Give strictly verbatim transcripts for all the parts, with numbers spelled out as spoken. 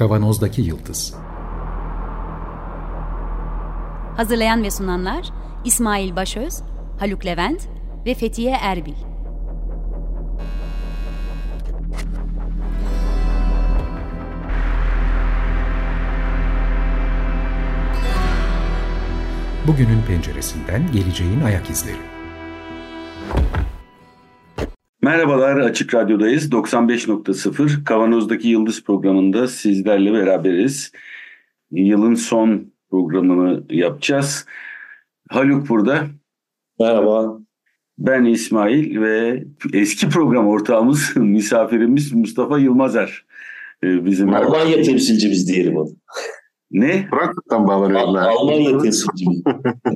Kavanozdaki Yıldız. Hazırlayan ve sunanlar İsmail Başöz, Haluk Levent ve Fethiye Erbil. Bugünün penceresinden geleceğin ayak izleri. Merhabalar, Açık Radyo'dayız. doksan beş nokta sıfır Kavanoz'daki Yıldız programında sizlerle beraberiz. Yılın son programını yapacağız. Haluk burada. Merhaba. Ben İsmail ve eski program ortağımız, misafirimiz Mustafa Yılmazer. Bizim Almanya temsilcimiz diyelim onu. Ne? Frankfurt'tan bağlanıyorlar. Almanya temsilcimiz.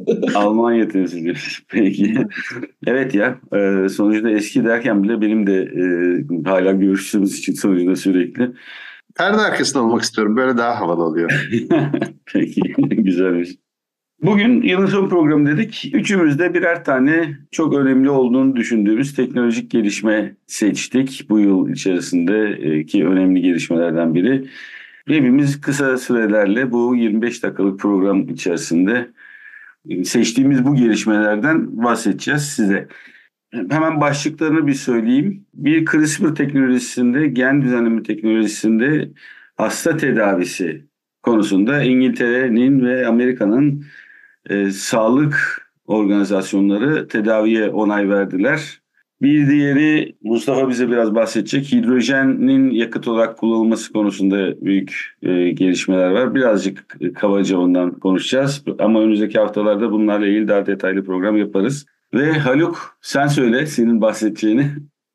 Almanya temsilcimiz. Peki. Evet ya, sonuçta eski derken bile benim de e, hala görüştüğümüz için sonuçta sürekli. Perde arkasında olmak istiyorum. Böyle daha havalı oluyor. Peki, güzelmiş. Bugün yılın son programı dedik. Üçümüz de birer tane çok önemli olduğunu düşündüğümüz teknolojik gelişme seçtik. Bu yıl içerisindeki önemli gelişmelerden biri. Hepimiz kısa sürelerle bu yirmi beş dakikalık program içerisinde seçtiğimiz bu gelişmelerden bahsedeceğiz size. Hemen başlıklarını bir söyleyeyim. Bir CRISPR teknolojisinde, gen düzenleme teknolojisinde hasta tedavisi konusunda İngiltere'nin ve Amerika'nın e, sağlık organizasyonları tedaviye onay verdiler. Bir diğeri, Mustafa bize biraz bahsedecek, hidrojenin yakıt olarak kullanılması konusunda büyük e, gelişmeler var. Birazcık kabaca ondan konuşacağız ama önümüzdeki haftalarda bunlarla ilgili daha detaylı program yaparız. Ve Haluk, sen söyle senin bahsedeceğini.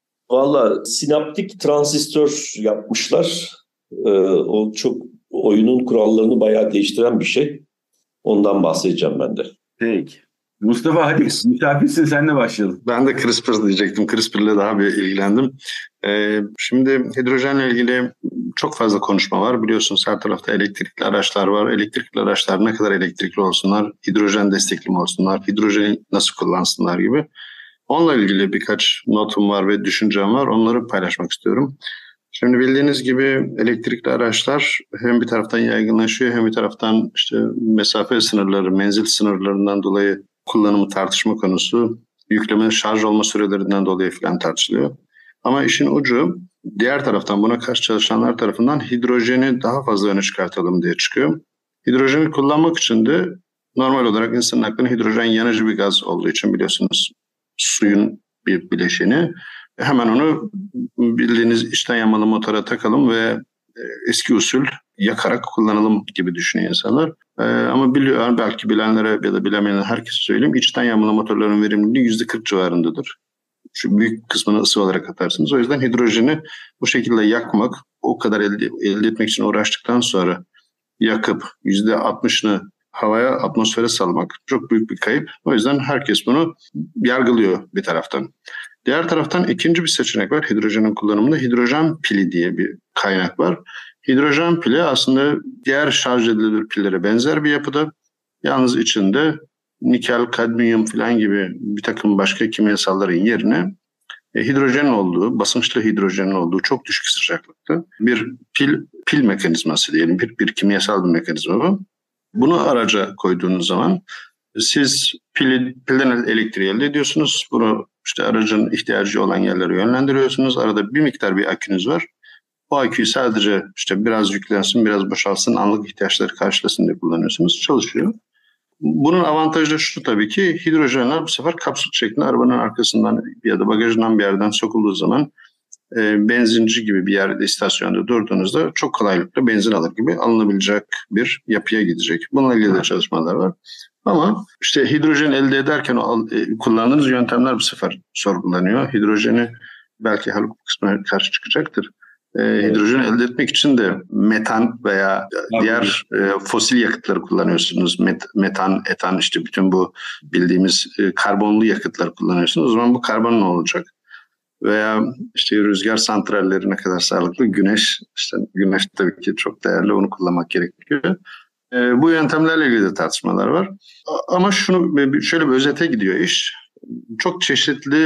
Valla sinaptik transistör yapmışlar. Ee, o çok oyunun kurallarını bayağı değiştiren bir şey. Ondan bahsedeceğim ben de. Peki. Mustafa hadi misafirsin, senle başlayalım. Ben de CRISPR diyecektim. CRISPR'le daha bir ilgilendim. Ee, şimdi hidrojenle ilgili çok fazla konuşma var. Biliyorsunuz her tarafta elektrikli araçlar var. Elektrikli araçlar ne kadar elektrikli olsunlar, hidrojen destekli mi olsunlar, hidrojeni nasıl kullansınlar gibi. Onunla ilgili birkaç notum var ve düşüncem var. Onları paylaşmak istiyorum. Şimdi bildiğiniz gibi elektrikli araçlar hem bir taraftan yaygınlaşıyor hem bir taraftan işte mesafe sınırları, menzil sınırlarından dolayı kullanımı tartışma konusu, yükleme, şarj olma sürelerinden dolayı falan tartışılıyor. Ama işin ucu diğer taraftan buna karşı çalışanlar tarafından hidrojeni daha fazla öne çıkartalım diye çıkıyor. Hidrojeni kullanmak için de normal olarak insanın aklına hidrojen yanıcı bir gaz olduğu için biliyorsunuz suyun bir bileşeni. Hemen onu bildiğiniz içten yanmalı motora takalım ve eski usul yakarak kullanalım gibi düşünüyor insanlar. Ee, ama biliyor, belki bilenlere ya da bilemeyenlere herkese söyleyeyim. İçten yanmalı motorların verimliliği yüzde kırk civarındadır. Şu büyük kısmını ısı olarak atarsınız. O yüzden hidrojeni bu şekilde yakmak, o kadar elde, elde etmek için uğraştıktan sonra yakıp yüzde altmışını havaya, atmosfere salmak çok büyük bir kayıp. O yüzden herkes bunu yargılıyor bir taraftan. Diğer taraftan ikinci bir seçenek var hidrojenin kullanımında. Hidrojen pili diye bir kaynak var. Hidrojen pili aslında diğer şarj edilebilir pillere benzer bir yapıda. Yalnız içinde nikel, kadmiyum falan gibi bir takım başka kimyasalların yerine e, hidrojenin olduğu, basınçlı hidrojenin olduğu çok düşük sıcaklıkta bir pil pil mekanizması diyelim. Bir, bir kimyasal bir mekanizma bu. Bunu araca koyduğunuz zaman siz pili, pilden elektriği elde ediyorsunuz. Bunu işte aracın ihtiyacı olan yerlere yönlendiriyorsunuz. Arada bir miktar bir akünüz var. O aküyü sadece işte biraz yüklensin, biraz boşalsın, anlık ihtiyaçları karşılasın diye kullanıyorsunuz. Çalışıyor. Bunun avantajı şu tabii ki hidrojenler bu sefer kapsül şeklinde arabanın arkasından ya da bagajından bir yerden sokulduğu zaman e, benzinci gibi bir yerde istasyonda durduğunuzda çok kolaylıkla benzin alır gibi alınabilecek bir yapıya gidecek. Bununla ilgili de çalışmalar var. Ama işte hidrojen elde ederken e, kullandığınız yöntemler bu sefer sorgulanıyor. Hidrojeni belki Haluk kısmına karşı çıkacaktır. E, hidrojen elde etmek için de metan veya Tabii. diğer e, fosil yakıtları kullanıyorsunuz. Met, metan, etan işte bütün bu bildiğimiz e, karbonlu yakıtları kullanıyorsunuz. O zaman bu karbon ne olacak? Veya işte rüzgar santralleri ne kadar sağlıklı? Güneş, işte güneş tabii ki çok değerli, onu kullanmak gerekiyor. E, bu yöntemlerle ilgili de tartışmalar var. Ama şunu şöyle bir özete gidiyor iş. Çok çeşitli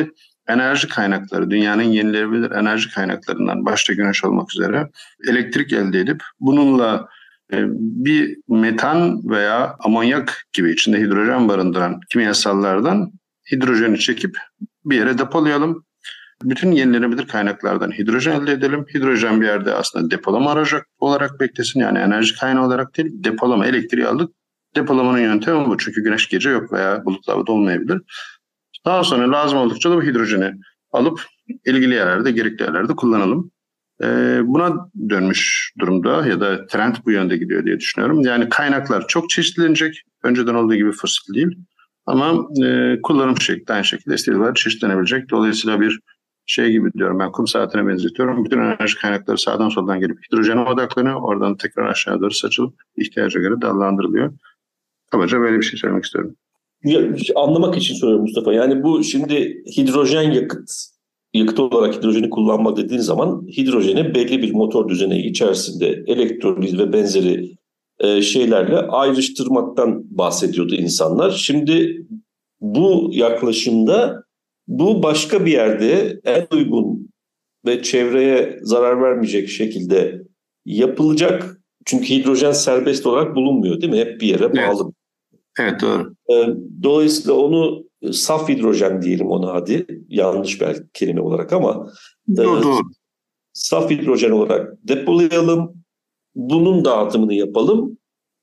enerji kaynakları, dünyanın yenilenebilir enerji kaynaklarından başta güneş olmak üzere elektrik elde edip bununla e, bir metan veya amonyak gibi içinde hidrojen barındıran kimyasallardan hidrojeni çekip bir yere depolayalım. Bütün yenilenebilir kaynaklardan hidrojen elde edelim. Hidrojen bir yerde aslında depolama aracı olarak beklesin. Yani enerji kaynağı olarak değil, depolama, elektriği aldık. Depolamanın yöntemi bu. Çünkü güneş gece yok veya bulutlu havada olmayabilir. Daha sonra lazım oldukça da bu hidrojeni alıp ilgili yerlerde, gerekli yerlerde kullanalım. Ee, buna dönmüş durumda ya da trend bu yönde gidiyor diye düşünüyorum. Yani kaynaklar çok çeşitlenecek. Önceden olduğu gibi fosil değil. Ama e, kullanım şekli aynı şekilde istediği kadar çeşitlenebilecek. Dolayısıyla bir şey gibi diyorum, ben kum saatine benzetiyorum. Bütün enerji kaynakları sağdan soldan gelip hidrojene odaklanıyor. Oradan tekrar aşağı doğru saçılıp ihtiyaca göre dallandırılıyor. Kabaca böyle bir şey söylemek istiyorum. Ya, anlamak için soruyorum Mustafa. Yani bu şimdi hidrojen yakıt, yakıt olarak hidrojeni kullanmak dediğin zaman hidrojeni belli bir motor düzeneği içerisinde elektroliz ve benzeri e, şeylerle ayrıştırmaktan bahsediyordu insanlar. Şimdi bu yaklaşımda bu başka bir yerde en uygun ve çevreye zarar vermeyecek şekilde yapılacak. Çünkü hidrojen serbest olarak bulunmuyor değil mi? Hep bir yere bağlı. Evet. Evet, doğru. Dolayısıyla onu saf hidrojen diyelim ona hadi. Yanlış bir kelime olarak ama Doğru, e, doğru. saf hidrojen olarak depolayalım. Bunun dağıtımını yapalım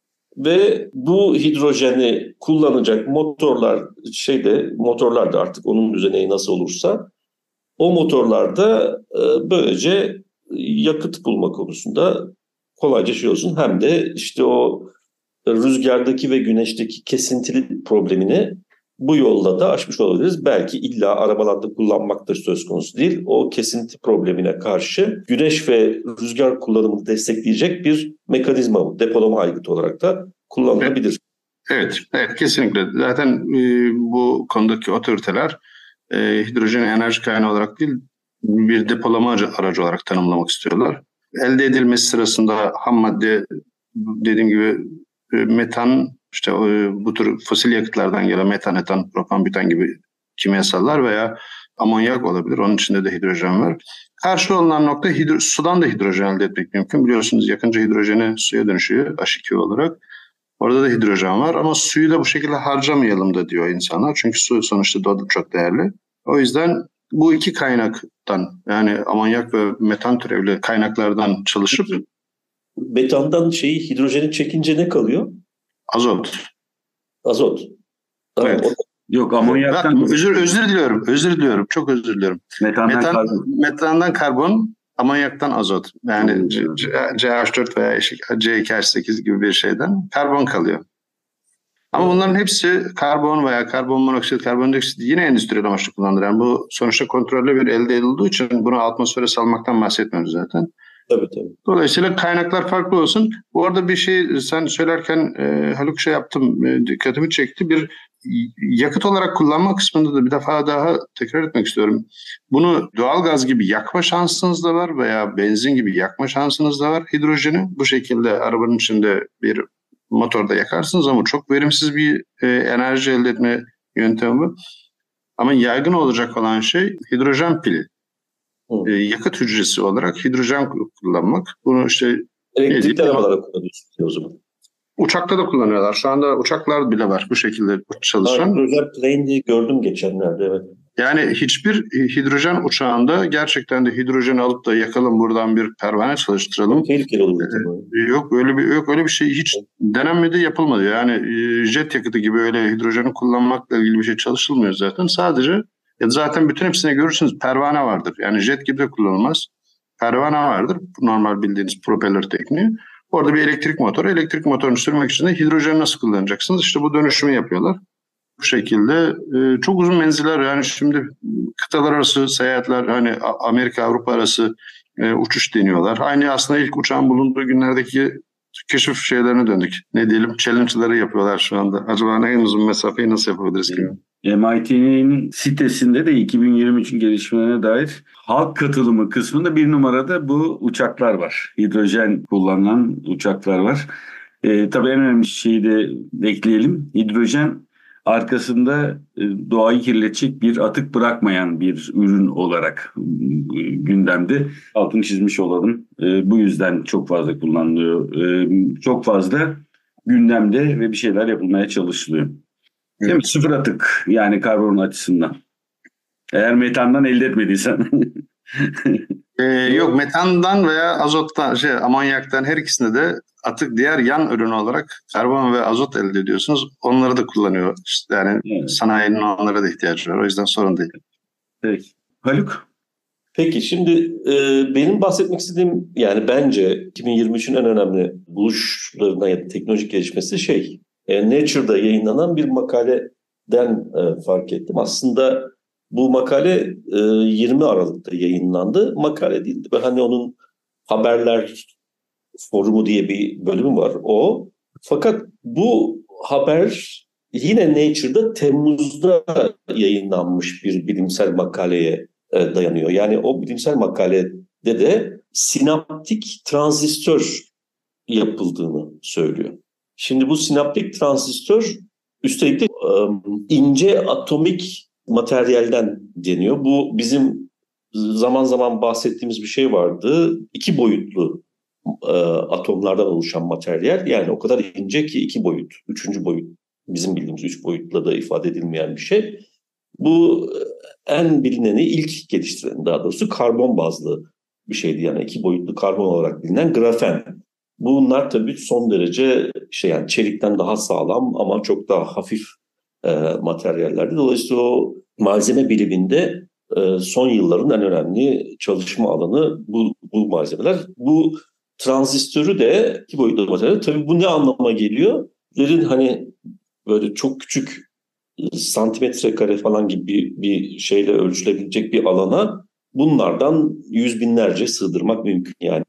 ve bu hidrojeni kullanacak motorlar şeyde motorlar da artık onun düzeneği nasıl olursa o motorlarda e, böylece yakıt bulma konusunda kolayca şey olsun. Hem de işte o rüzgardaki ve güneşteki kesintili problemini bu yolla da aşmış olabiliriz. Belki illa arabalarda kullanmaktır söz konusu değil. O kesinti problemine karşı güneş ve rüzgar kullanımını destekleyecek bir mekanizma, depolama aygıtı olarak da kullanılabilir. Evet, evet kesinlikle. Zaten e, bu konudaki otoriteler e, hidrojeni enerji kaynağı olarak değil, bir depolama aracı, aracı olarak tanımlamak istiyorlar. Elde edilmesi sırasında ham madde, dediğim gibi e, metan, işte e, bu tür fosil yakıtlardan gelen metan, etan, propan, bütan gibi kimyasallar veya amonyak olabilir. Onun içinde de hidrojen var. Karşı olunan nokta hidro, sudan da hidrojen elde etmek mümkün. Biliyorsunuz yakınca hidrojeni suya dönüşüyor H iki O olarak. Orada da hidrojen var ama suyu da bu şekilde harcamayalım da diyor insanlar. Çünkü su sonuçta çok değerli. O yüzden bu iki kaynaktan, yani amonyak ve metan türevli kaynaklardan çalışıp metandan şeyi hidrojeni çekince ne kalıyor? Azot. Azot. Tamam, Evet. o... Yok, amonyaktan... Özür, özür diliyorum, özür diliyorum, çok özür diliyorum. Metandan Metan, karbon. metandan karbon, amonyaktan azot. Yani C H dört veya C iki H sekiz gibi bir şeyden karbon kalıyor. Ama bunların hepsi karbon veya karbon monoksit, karbondioksit yine endüstriyel amaçlı kullanılır. Yani bu sonuçta kontrollü bir elde edildiği için bunu atmosfere salmaktan bahsetmiyoruz zaten. Tabii tabii. Dolayısıyla kaynaklar farklı olsun. Bu arada bir şey sen söylerken e, Haluk şey yaptım, e, dikkatimi çekti. Bir yakıt olarak kullanma kısmında da bir defa daha tekrar etmek istiyorum. Bunu doğalgaz gibi yakma şansınız da var veya benzin gibi yakma şansınız da var hidrojeni. Bu şekilde arabanın içinde bir motorda yakarsınız ama çok verimsiz bir e, enerji elde etme yöntemi bu. Ama yaygın olacak olan şey hidrojen pili. E, yakıt hücresi olarak hidrojen kullanmak. Bunu işte elektrikli arabalara kullanıyorsunuz o zaman. Uçakta da kullanıyorlar. Şu anda uçaklar bile var bu şekilde çalışan. Hidrojen plane diye gördüm geçenlerde, evet. Yani hiçbir hidrojen uçağında gerçekten de hidrojen alıp da yakalım buradan bir pervane çalıştıralım. Tehlikeli olur. Ee, yok öyle bir yok öyle bir şey hiç denenmedi, yapılmadı. Yani jet yakıtı gibi öyle hidrojeni kullanmakla ilgili bir şey çalışılmıyor zaten. Sadece ya zaten bütün hepsine görürsünüz pervane vardır. Yani jet gibi de kullanılmaz. Pervane vardır. Normal bildiğiniz propeller tekniği. Orada bir elektrik motoru. Elektrik motorunu sürmek için de hidrojeni nasıl kullanacaksınız? İşte bu dönüşümü yapıyorlar. Bu şekilde e, çok uzun menziller, yani şimdi kıtalar arası seyahatler, hani Amerika Avrupa arası e, uçuş deniyorlar. Aynı aslında ilk uçağın bulunduğu günlerdeki keşif şeylerine döndük. Ne diyelim, challenge'ları yapıyorlar şu anda. Acaba en uzun mesafeyi nasıl yapabiliriz ki? M I T'nin sitesinde de iki bin yirmi üçün gelişmelerine dair halk katılımı kısmında bir numarada bu uçaklar var. Hidrojen kullanılan uçaklar var. E, tabii en önemli şeyi de ekleyelim. Hidrojen arkasında doğayı kirletecek bir atık bırakmayan bir ürün olarak gündemde. Altını çizmiş olalım. Bu yüzden çok fazla kullanılıyor. Çok fazla gündemde ve bir şeyler yapılmaya çalışılıyor. Değil mi? Sıfır atık, yani karbon açısından. Eğer metandan elde etmediysen. Ee, yok, metandan veya azottan, şey, amonyaktan, her ikisinde de atık diğer yan ürünü olarak karbon ve azot elde ediyorsunuz. Onları da kullanıyor. İşte yani evet. Sanayinin onlara da ihtiyacı var. O yüzden sorun değil. Peki. Haluk? Peki şimdi e, benim bahsetmek istediğim, yani bence iki bin yirmi üçün en önemli buluşlarından ya da teknolojik gelişmesi şey, e, Nature'da yayınlanan bir makaleden e, fark ettim. Aslında bu makale e, yirmi Aralık'ta yayınlandı. Makale değildi. Hani onun haberler forumu diye bir bölümü var o. Fakat bu haber yine Nature'da Temmuz'da yayınlanmış bir bilimsel makaleye e, dayanıyor. Yani o bilimsel makalede de sinaptik transistör yapıldığını söylüyor. Şimdi bu sinaptik transistör üstelik de e, ince atomik materyalden deniyor. Bu bizim zaman zaman bahsettiğimiz bir şey vardı. İki boyutlu e, atomlardan oluşan materyal. Yani o kadar ince ki iki boyut. Üçüncü boyut. Bizim bildiğimiz üç boyutla da ifade edilmeyen bir şey. Bu en bilineni, ilk geliştiren daha doğrusu karbon bazlı bir şeydi. Yani iki boyutlu karbon olarak bilinen grafen. Bunlar tabii son derece şey, yani çelikten daha sağlam ama çok daha hafif e, materyallerdi. Dolayısıyla o malzeme biliminde e, son yılların en önemli çalışma alanı bu, bu malzemeler. Bu transistörü de iki boyutlu materyal. Tabii bu ne anlama geliyor? Lerin hani böyle çok küçük santimetre kare falan gibi bir, bir şeyle ölçülebilecek bir alana bunlardan yüz binlerce sığdırmak mümkün. Yani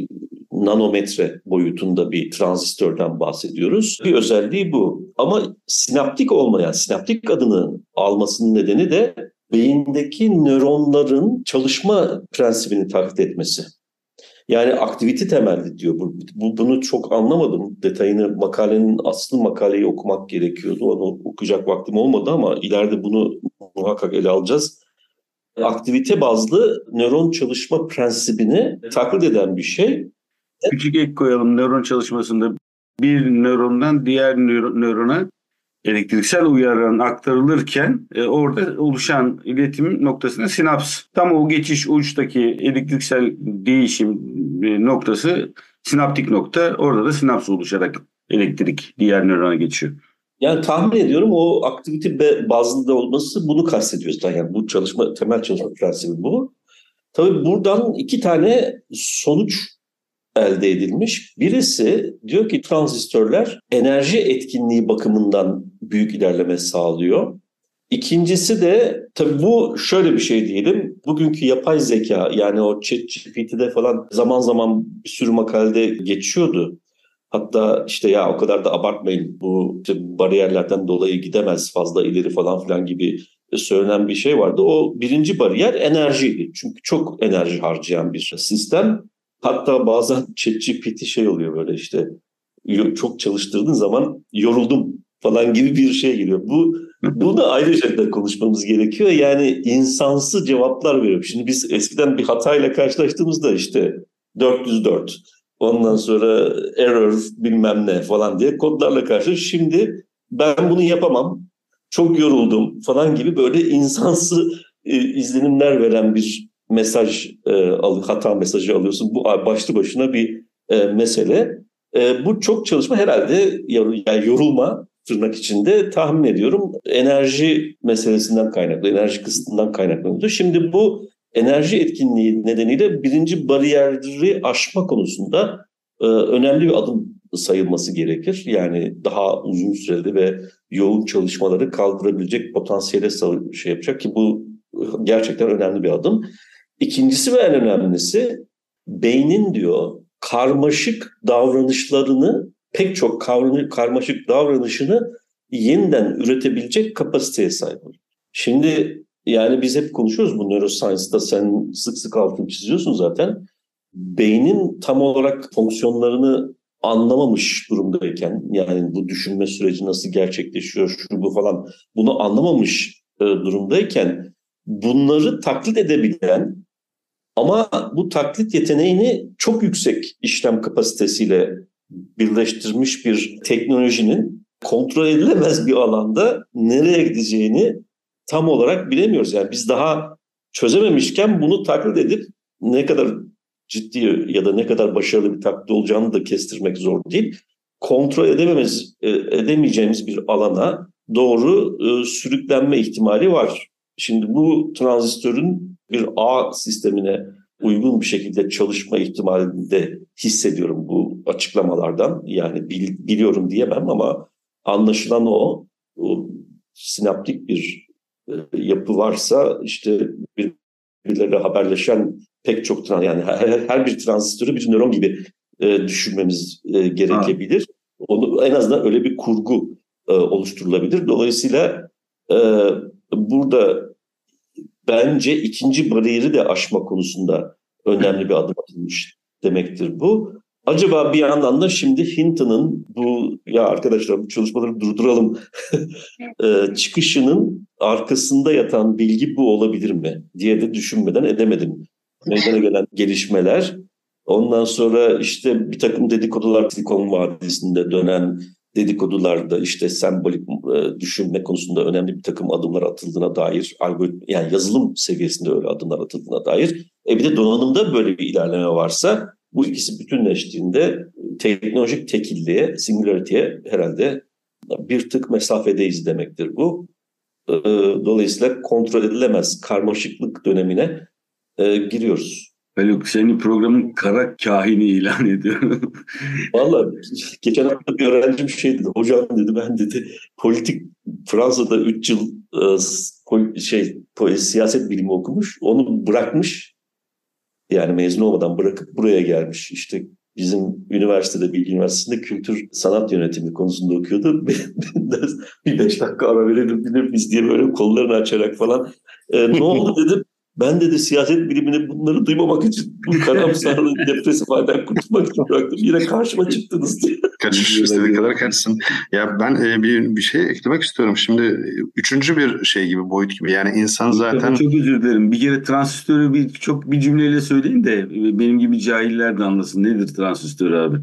nanometre boyutunda bir transistörden bahsediyoruz. Bir özelliği bu. Ama sinaptik olmayan, sinaptik adını almasının nedeni de beyindeki nöronların çalışma prensibini taklit etmesi. Yani aktivite temelli diyor. Bu, bu, bunu çok anlamadım. Detayını, makalenin aslı makaleyi okumak gerekiyordu. Onu okuyacak vaktim olmadı ama ileride bunu muhakkak ele alacağız. Aktivite bazlı nöron çalışma prensibini taklit eden bir şey. Küçük ek koyalım. Nöron çalışmasında bir nörondan diğer nörona elektriksel uyarın aktarılırken e, orada oluşan iletim noktasına sinaps. Tam o geçiş uçtaki elektriksel değişim e, noktası sinaptik nokta. Orada da sinaps oluşarak elektrik diğer nörona geçiyor. Yani tahmin ediyorum o aktivite bazlı da olması bunu kastediyor zaten. Yani bu çalışma, temel çalışma prensibi bu. Tabii buradan iki tane sonuç elde edilmiş. Birisi diyor ki transistörler enerji etkinliği bakımından büyük ilerleme sağlıyor. İkincisi de tabii bu şöyle bir şey diyelim. Bugünkü yapay zeka, yani o ChatGPT'de falan zaman zaman bir sürü makalede geçiyordu. Hatta işte ya o kadar da abartmayın, bu işte bariyerlerden dolayı gidemez fazla ileri falan filan gibi söylenen bir şey vardı. O birinci bariyer enerjiydi. Çünkü çok enerji harcayan bir sistem. Hatta bazen ChatGPT şey oluyor böyle işte çok çalıştırdığın zaman yoruldum falan gibi bir şey geliyor. Bu bunu ayrıca da konuşmamız gerekiyor. Yani insansı cevaplar veriyor. Şimdi biz eskiden bir hatayla karşılaştığımızda işte dört yüz dört, ondan sonra error bilmem ne falan diye kodlarla karşı. Şimdi ben bunu yapamam, çok yoruldum falan gibi böyle insansı e, izlenimler veren bir mesaj, e, hata mesajı alıyorsun. Bu başlı başına bir e, mesele. E, bu çok çalışma herhalde, yani yorulma tırnak içinde tahmin ediyorum enerji meselesinden kaynaklı, enerji kısıtından kaynaklanıyor. Şimdi bu enerji etkinliği nedeniyle birinci bariyeri aşma konusunda e, önemli bir adım sayılması gerekir. Yani daha uzun süreli ve yoğun çalışmaları kaldırabilecek potansiyele şey yapacak ki bu gerçekten önemli bir adım. İkincisi ve en önemlisi, beynin diyor karmaşık davranışlarını, pek çok karmaşık davranışını yeniden üretebilecek kapasiteye sahip. Şimdi yani biz hep konuşuyoruz bu neuroscience'da, sen sık sık altını çiziyorsun zaten. Beynin tam olarak fonksiyonlarını anlamamış durumdayken, yani bu düşünme süreci nasıl gerçekleşiyor, şu bu falan, bunu anlamamış e, durumdayken bunları taklit edebilen ama bu taklit yeteneğini çok yüksek işlem kapasitesiyle birleştirmiş bir teknolojinin kontrol edilemez bir alanda nereye gideceğini tam olarak bilemiyoruz. Yani biz daha çözememişken bunu taklit edip ne kadar ciddi ya da ne kadar başarılı bir taklit olacağını da kestirmek zor değil. Kontrol edememiz, edemeyeceğimiz bir alana doğru e, sürüklenme ihtimali var. Şimdi bu transistörün bir ağ sistemine uygun bir şekilde çalışma ihtimalini de hissediyorum bu açıklamalardan. Yani bil, biliyorum diyemem ama anlaşılan o, o sinaptik bir e, yapı varsa işte birbirleriyle haberleşen pek çok trans, yani her, her bir transistörü bir nöron gibi e, düşünmemiz e, gerekebilir. Ha. Onu en azından öyle bir kurgu e, oluşturulabilir. Dolayısıyla e, burada bence ikinci bariyeri de aşma konusunda önemli bir adım atılmış demektir bu. Acaba bir yandan da şimdi Hinton'ın bu ya arkadaşlar bu çalışmaları durduralım e, çıkışının arkasında yatan bilgi bu olabilir mi diye de düşünmeden edemedim. Meydana gelen gelişmeler, ondan sonra işte bir takım dedikodular, Silikon Vadisi'nde dönen dedikodularda işte sembolik e, düşünme konusunda önemli bir takım adımlar atıldığına dair, algoritma, yani yazılım seviyesinde öyle adımlar atıldığına dair. E bir de donanımda böyle bir ilerleme varsa bu ikisi bütünleştiğinde teknolojik tekilliğe, singularity'ye herhalde bir tık mesafedeyiz demektir bu. E, dolayısıyla kontrol edilemez karmaşıklık dönemine e, giriyoruz. Haluk, senin programın kara kahini ilan ediyor. Vallahi geçen hafta bir öğrencim şey dedi, hocam dedi ben dedi politik Fransa'da üç yıl e, şey siyaset bilimi okumuş, onu bırakmış, yani mezun olmadan bırakıp buraya gelmiş. İşte bizim üniversitede, Bilgi Üniversitesi'nde kültür sanat yönetimi konusunda okuyordu. Bir beş dakika ara verebilir miyiz diye böyle kollarını açarak falan. E, ne oldu dedim. Ben dedi siyaset bilimini bunları duymamak için, bu karamsarlığı, depresif halden kurtulmak için bıraktım. Yine karşıma çıktınız diye. Kaçış istediği kadar kaçsın. Ya ben e, bir bir şey eklemek istiyorum. Şimdi üçüncü bir şey gibi, boyut gibi. Yani insan zaten... Çok özür dilerim. Bir kere transistörü bir, çok bir cümleyle söyleyin de benim gibi cahiller de anlasın. Nedir transistör abi?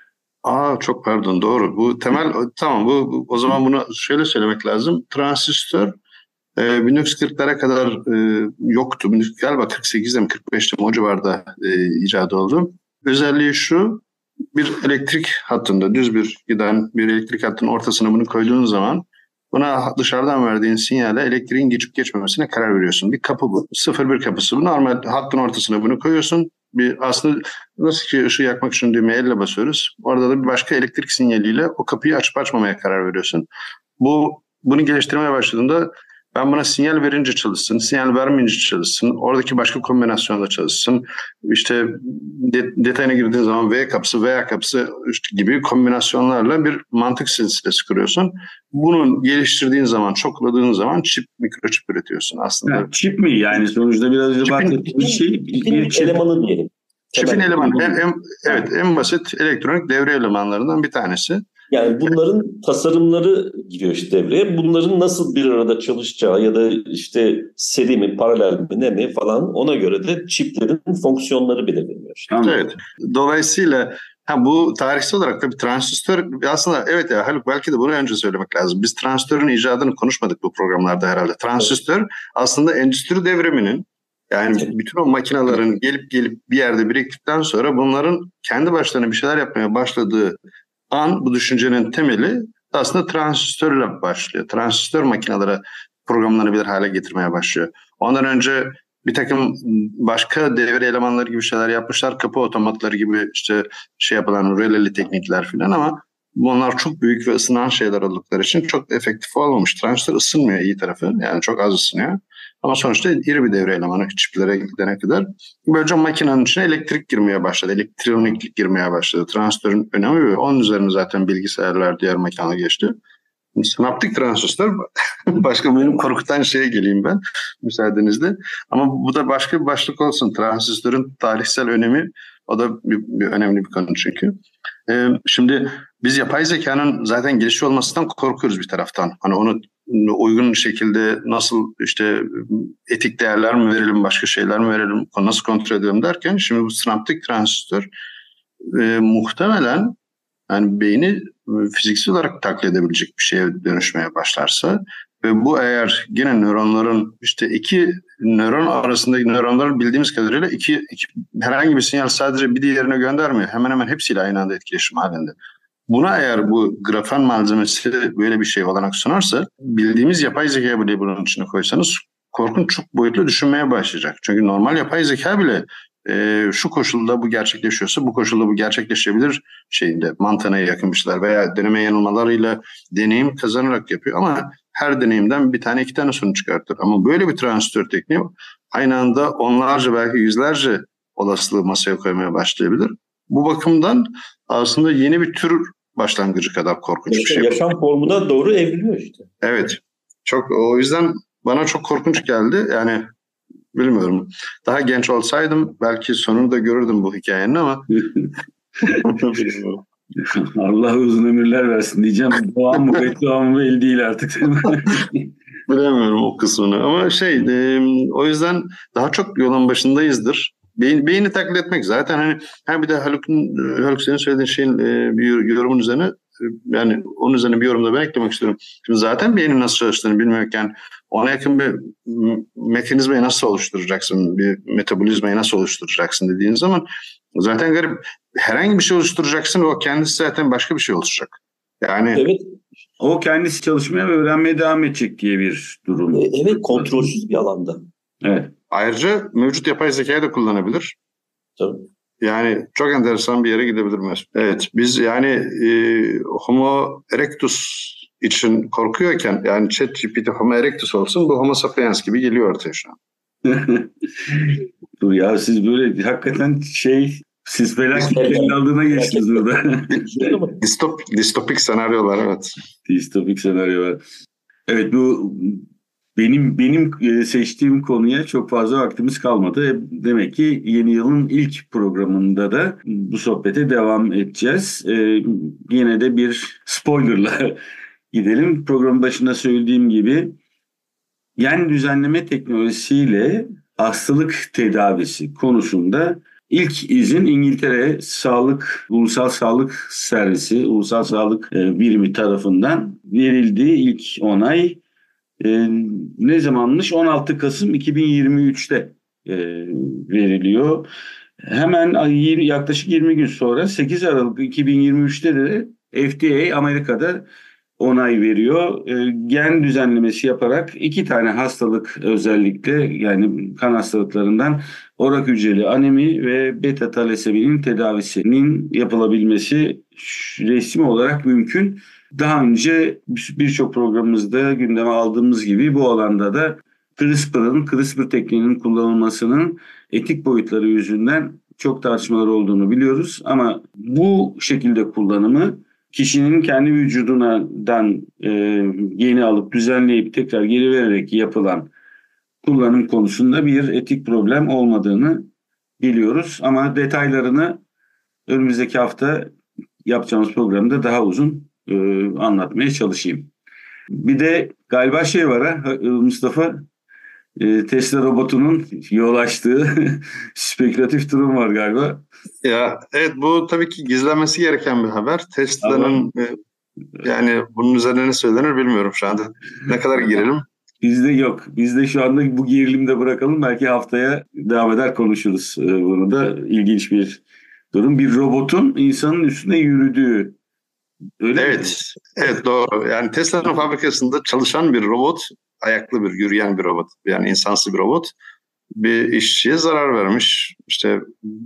Aa çok pardon, doğru. Bu temel, tamam bu, bu o zaman bunu şöyle söylemek lazım. Transistör bin dokuz yüz kırklara kadar e, yoktu. Galiba kırk sekizde mi kırk beşte mi o civarda e, icat oldu. Özelliği şu, bir elektrik hattında, düz bir giden bir elektrik hattının ortasına bunu koyduğun zaman buna dışarıdan verdiğin sinyalle elektriğin geçip geçmemesine karar veriyorsun. Bir kapı bu. Sıfır bir kapısı bu. Normal hattın ortasına bunu koyuyorsun. Bir, aslında nasıl ki ışığı yakmak için düğmeye elle basıyoruz. Orada da bir başka elektrik sinyaliyle o kapıyı açıp açmamaya karar veriyorsun. Bu bunu geliştirmeye başladığında ben buna sinyal verince çalışsın, sinyal vermeyince çalışsın, oradaki başka kombinasyonla çalışsın. İşte de, detayına girdiğin zaman V kapısı, veya kapısı gibi kombinasyonlarla bir mantık silsilesi kuruyorsun. Bunu geliştirdiğin zaman, çokladığın zaman çip, mikroçip üretiyorsun aslında. Ha, çip mi? Yani sonuçta biraz önce bahsettiğim bir şey. Bir çip elemanı diyelim. Çipin elemanı. En, en, evet, en basit elektronik devre elemanlarından bir tanesi. Yani bunların tasarımları giriyor işte devreye. Bunların nasıl bir arada çalışacağı ya da işte seri mi, paralel mi, ne mi falan, ona göre de çiplerin fonksiyonları belirleniyor. İşte. Evet. Dolayısıyla ha, bu tarihsel olarak da bir transistör aslında, evet ya Haluk, belki de bunu önce söylemek lazım. Biz transistörün icadını konuşmadık bu programlarda herhalde. Transistör evet. Aslında endüstri devriminin, yani evet. bütün o makinelerin gelip gelip bir yerde biriktikten sonra bunların kendi başlarına bir şeyler yapmaya başladığı an, bu düşüncenin temeli aslında transistörle başlıyor. Transistör makinelere programlanabilir hale getirmeye başlıyor. Ondan önce bir takım başka devre elemanları gibi şeyler yapmışlar. Kapı otomatları gibi işte şey yapılan röleli teknikler filan, ama bunlar çok büyük ve ısınan şeyler oldukları için çok efektif olmamış. Transistör ısınmıyor, iyi tarafı. Yani çok az ısınıyor. Ama sonuçta iri bir devre elemanı çiplere gidene kadar. Böylece makinenin içine elektrik girmeye başladı. Elektroniklik girmeye başladı. Transistörün önemi ve onun üzerine zaten bilgisayarlar, diğer makine geçti. Sinaptik transistör başka, benim korkutan şeye geleyim ben müsaadenizle. Ama bu da başka bir başlık olsun. Transistörün tarihsel önemi, o da bir, bir önemli bir konu çünkü. Ee, şimdi biz yapay zekanın zaten gelişiyor olmasından korkuyoruz bir taraftan. Hani onu uygun şekilde nasıl işte etik değerler mi verelim, başka şeyler mi verelim, nasıl kontrol edelim derken şimdi bu sinaptik transistör e, muhtemelen yani beyni fiziksel olarak taklit edebilecek bir şeye dönüşmeye başlarsa ve bu eğer yine nöronların işte iki nöron arasındaki nöronların bildiğimiz kadarıyla iki, iki herhangi bir sinyal sadece bir diğerine göndermiyor. Hemen hemen hepsiyle aynı anda etkileşim halinde. Buna eğer bu grafen malzemesi böyle bir şey olarak sunarsa bildiğimiz yapay zeka bile bunun içine koysanız korkunç çok boyutlu düşünmeye başlayacak. Çünkü normal yapay zeka bile e, şu koşulda bu gerçekleşiyorsa bu koşulda bu gerçekleşebilir şeyinde mantığına yakın bir şeyler veya deneme yanılmalarıyla deneyim kazanarak yapıyor ama her deneyimden bir tane iki tane sonuç çıkartır. Ama böyle bir transistör tekniği aynı anda onlarca belki yüzlerce olasılığı masaya koymaya başlayabilir. Bu bakımdan aslında yeni bir tür başlangıcı kadar korkunç bir şey. Yaşam formuna doğru evriliyor işte. Evet. Çok o yüzden bana çok korkunç geldi. Yani bilmiyorum. Daha genç olsaydım belki sonunu da görürdüm bu hikayenin ama Allah uzun ömürler versin diyeceğim. Doğan mı beddua mı belli değil artık. Bilemiyorum o kısmını ama şey e, o yüzden daha çok yolun başındayızdır. Beyin, beyni taklit etmek zaten hani ha bir de Haluk'un Haluk senin söylediğin şeyin e, bir yorumun üzerine e, yani onun üzerine bir yorumda ben eklemek istiyorum. Şimdi zaten beynin nasıl çalıştığını bilmiyorken ona yakın bir mekanizmayı nasıl oluşturacaksın, bir metabolizmayı nasıl oluşturacaksın dediğin zaman zaten garip. Herhangi bir şey oluşturacaksın o kendisi zaten başka bir şey oluşacak. Yani evet. O kendisi çalışmaya ve öğrenmeye devam edecek diye bir durum. Evet, kontrolsüz bir alanda. Evet. Ayrıca mevcut yapay zekayı da kullanabilir. Tabii. Yani çok enteresan bir yere gidebilir mi? Evet, biz yani e, Homo erectus için korkuyorken yani ChatGPT Homo erectus olsun bu Homo sapiens gibi geliyor ortaya şu an. Dur ya siz böyle hakikaten şey siz felaketlerin aldığına geçtiniz burada. Distop, distopik senaryolar evet. Distopik senaryolar. Evet bu benim benim seçtiğim konuya çok fazla vaktimiz kalmadı. Demek ki yeni yılın ilk programında da bu sohbete devam edeceğiz. Ee, yine de bir spoilerla gidelim. Programın başında söylediğim gibi gen düzenleme teknolojisiyle hastalık tedavisi konusunda İlk izin İngiltere Sağlık Ulusal Sağlık Servisi, Ulusal Sağlık Birimi tarafından verildiği ilk onay e, ne zamanmış? on altı Kasım iki bin yirmi üçte e, veriliyor. Hemen yaklaşık yirmi gün sonra sekiz Aralık iki bin yirmi üçte de F D A Amerika'da onay veriyor. E, gen düzenlemesi yaparak iki tane hastalık özellikle yani kan hastalıklarından orak hücreli anemi ve beta talaseminin tedavisinin yapılabilmesi resmi olarak mümkün. Daha önce birçok programımızda gündeme aldığımız gibi bu alanda da CRISPR'ın, CRISPR tekniğinin kullanılmasının etik boyutları yüzünden çok tartışmalar olduğunu biliyoruz. Ama bu şekilde kullanımı kişinin kendi vücudundan e, yeni alıp düzenleyip tekrar geri vererek yapılan kullanım konusunda bir etik problem olmadığını biliyoruz. Ama detaylarını önümüzdeki hafta yapacağımız programda daha uzun e, anlatmaya çalışayım. Bir de galiba şey var ha Mustafa, e, Tesla robotunun yol açtığı spekülatif durum var galiba. Ya evet bu tabii ki gizlenmesi gereken bir haber. Tesla'nın e, yani bunun üzerine ne söylenir bilmiyorum şu anda. Ne kadar girelim? Bizde yok. Bizde şu anda bu gerilimde bırakalım. Belki haftaya devam eder konuşuruz e, bunu da. İlginç bir durum. Bir robotun insanın üstüne yürüdüğü. Öyle evet. mi? Evet doğru. Yani Tesla'nın fabrikasında çalışan bir robot, ayaklı bir, yürüyen bir robot. Yani insansı bir robot. Bir işçiye zarar vermiş. İşte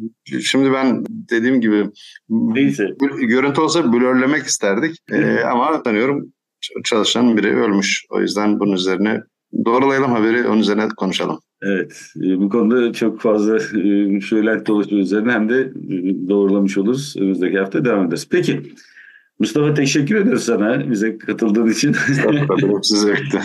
şimdi ben dediğim gibi Neyse. Görüntü olsa blurlemek isterdik. Ee, ama sanıyorum çalışan biri ölmüş. O yüzden bunun üzerine doğrulayalım haberi, onun üzerine konuşalım. Evet. Bu konuda çok fazla söylenti dolaşıyor üzerine hem de doğrulamış oluruz. Önümüzdeki hafta devam ederiz. Peki. Mustafa teşekkür ederiz sana bize katıldığın için. Sizi bekliyorum.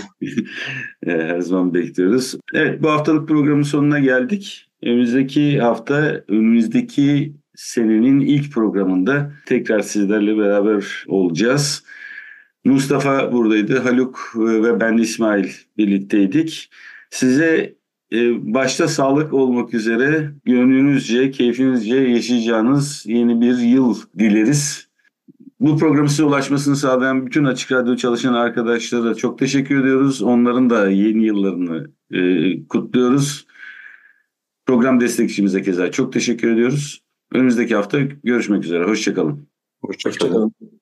Her zaman bekliyoruz. Evet bu haftalık programın sonuna geldik. Önümüzdeki hafta önümüzdeki senenin ilk programında tekrar sizlerle beraber olacağız. Mustafa buradaydı, Haluk ve ben İsmail birlikteydik. Size e, başta sağlık olmak üzere gönlünüzce, keyfinizce yaşayacağınız yeni bir yıl dileriz. Bu programın size ulaşmasını sağlayan bütün Açık Radyo çalışan arkadaşlara çok teşekkür ediyoruz. Onların da yeni yıllarını e, kutluyoruz. Program destekçimize keza çok teşekkür ediyoruz. Önümüzdeki hafta görüşmek üzere. Hoşça kalın. Hoşça kalın. Hoşçakalın.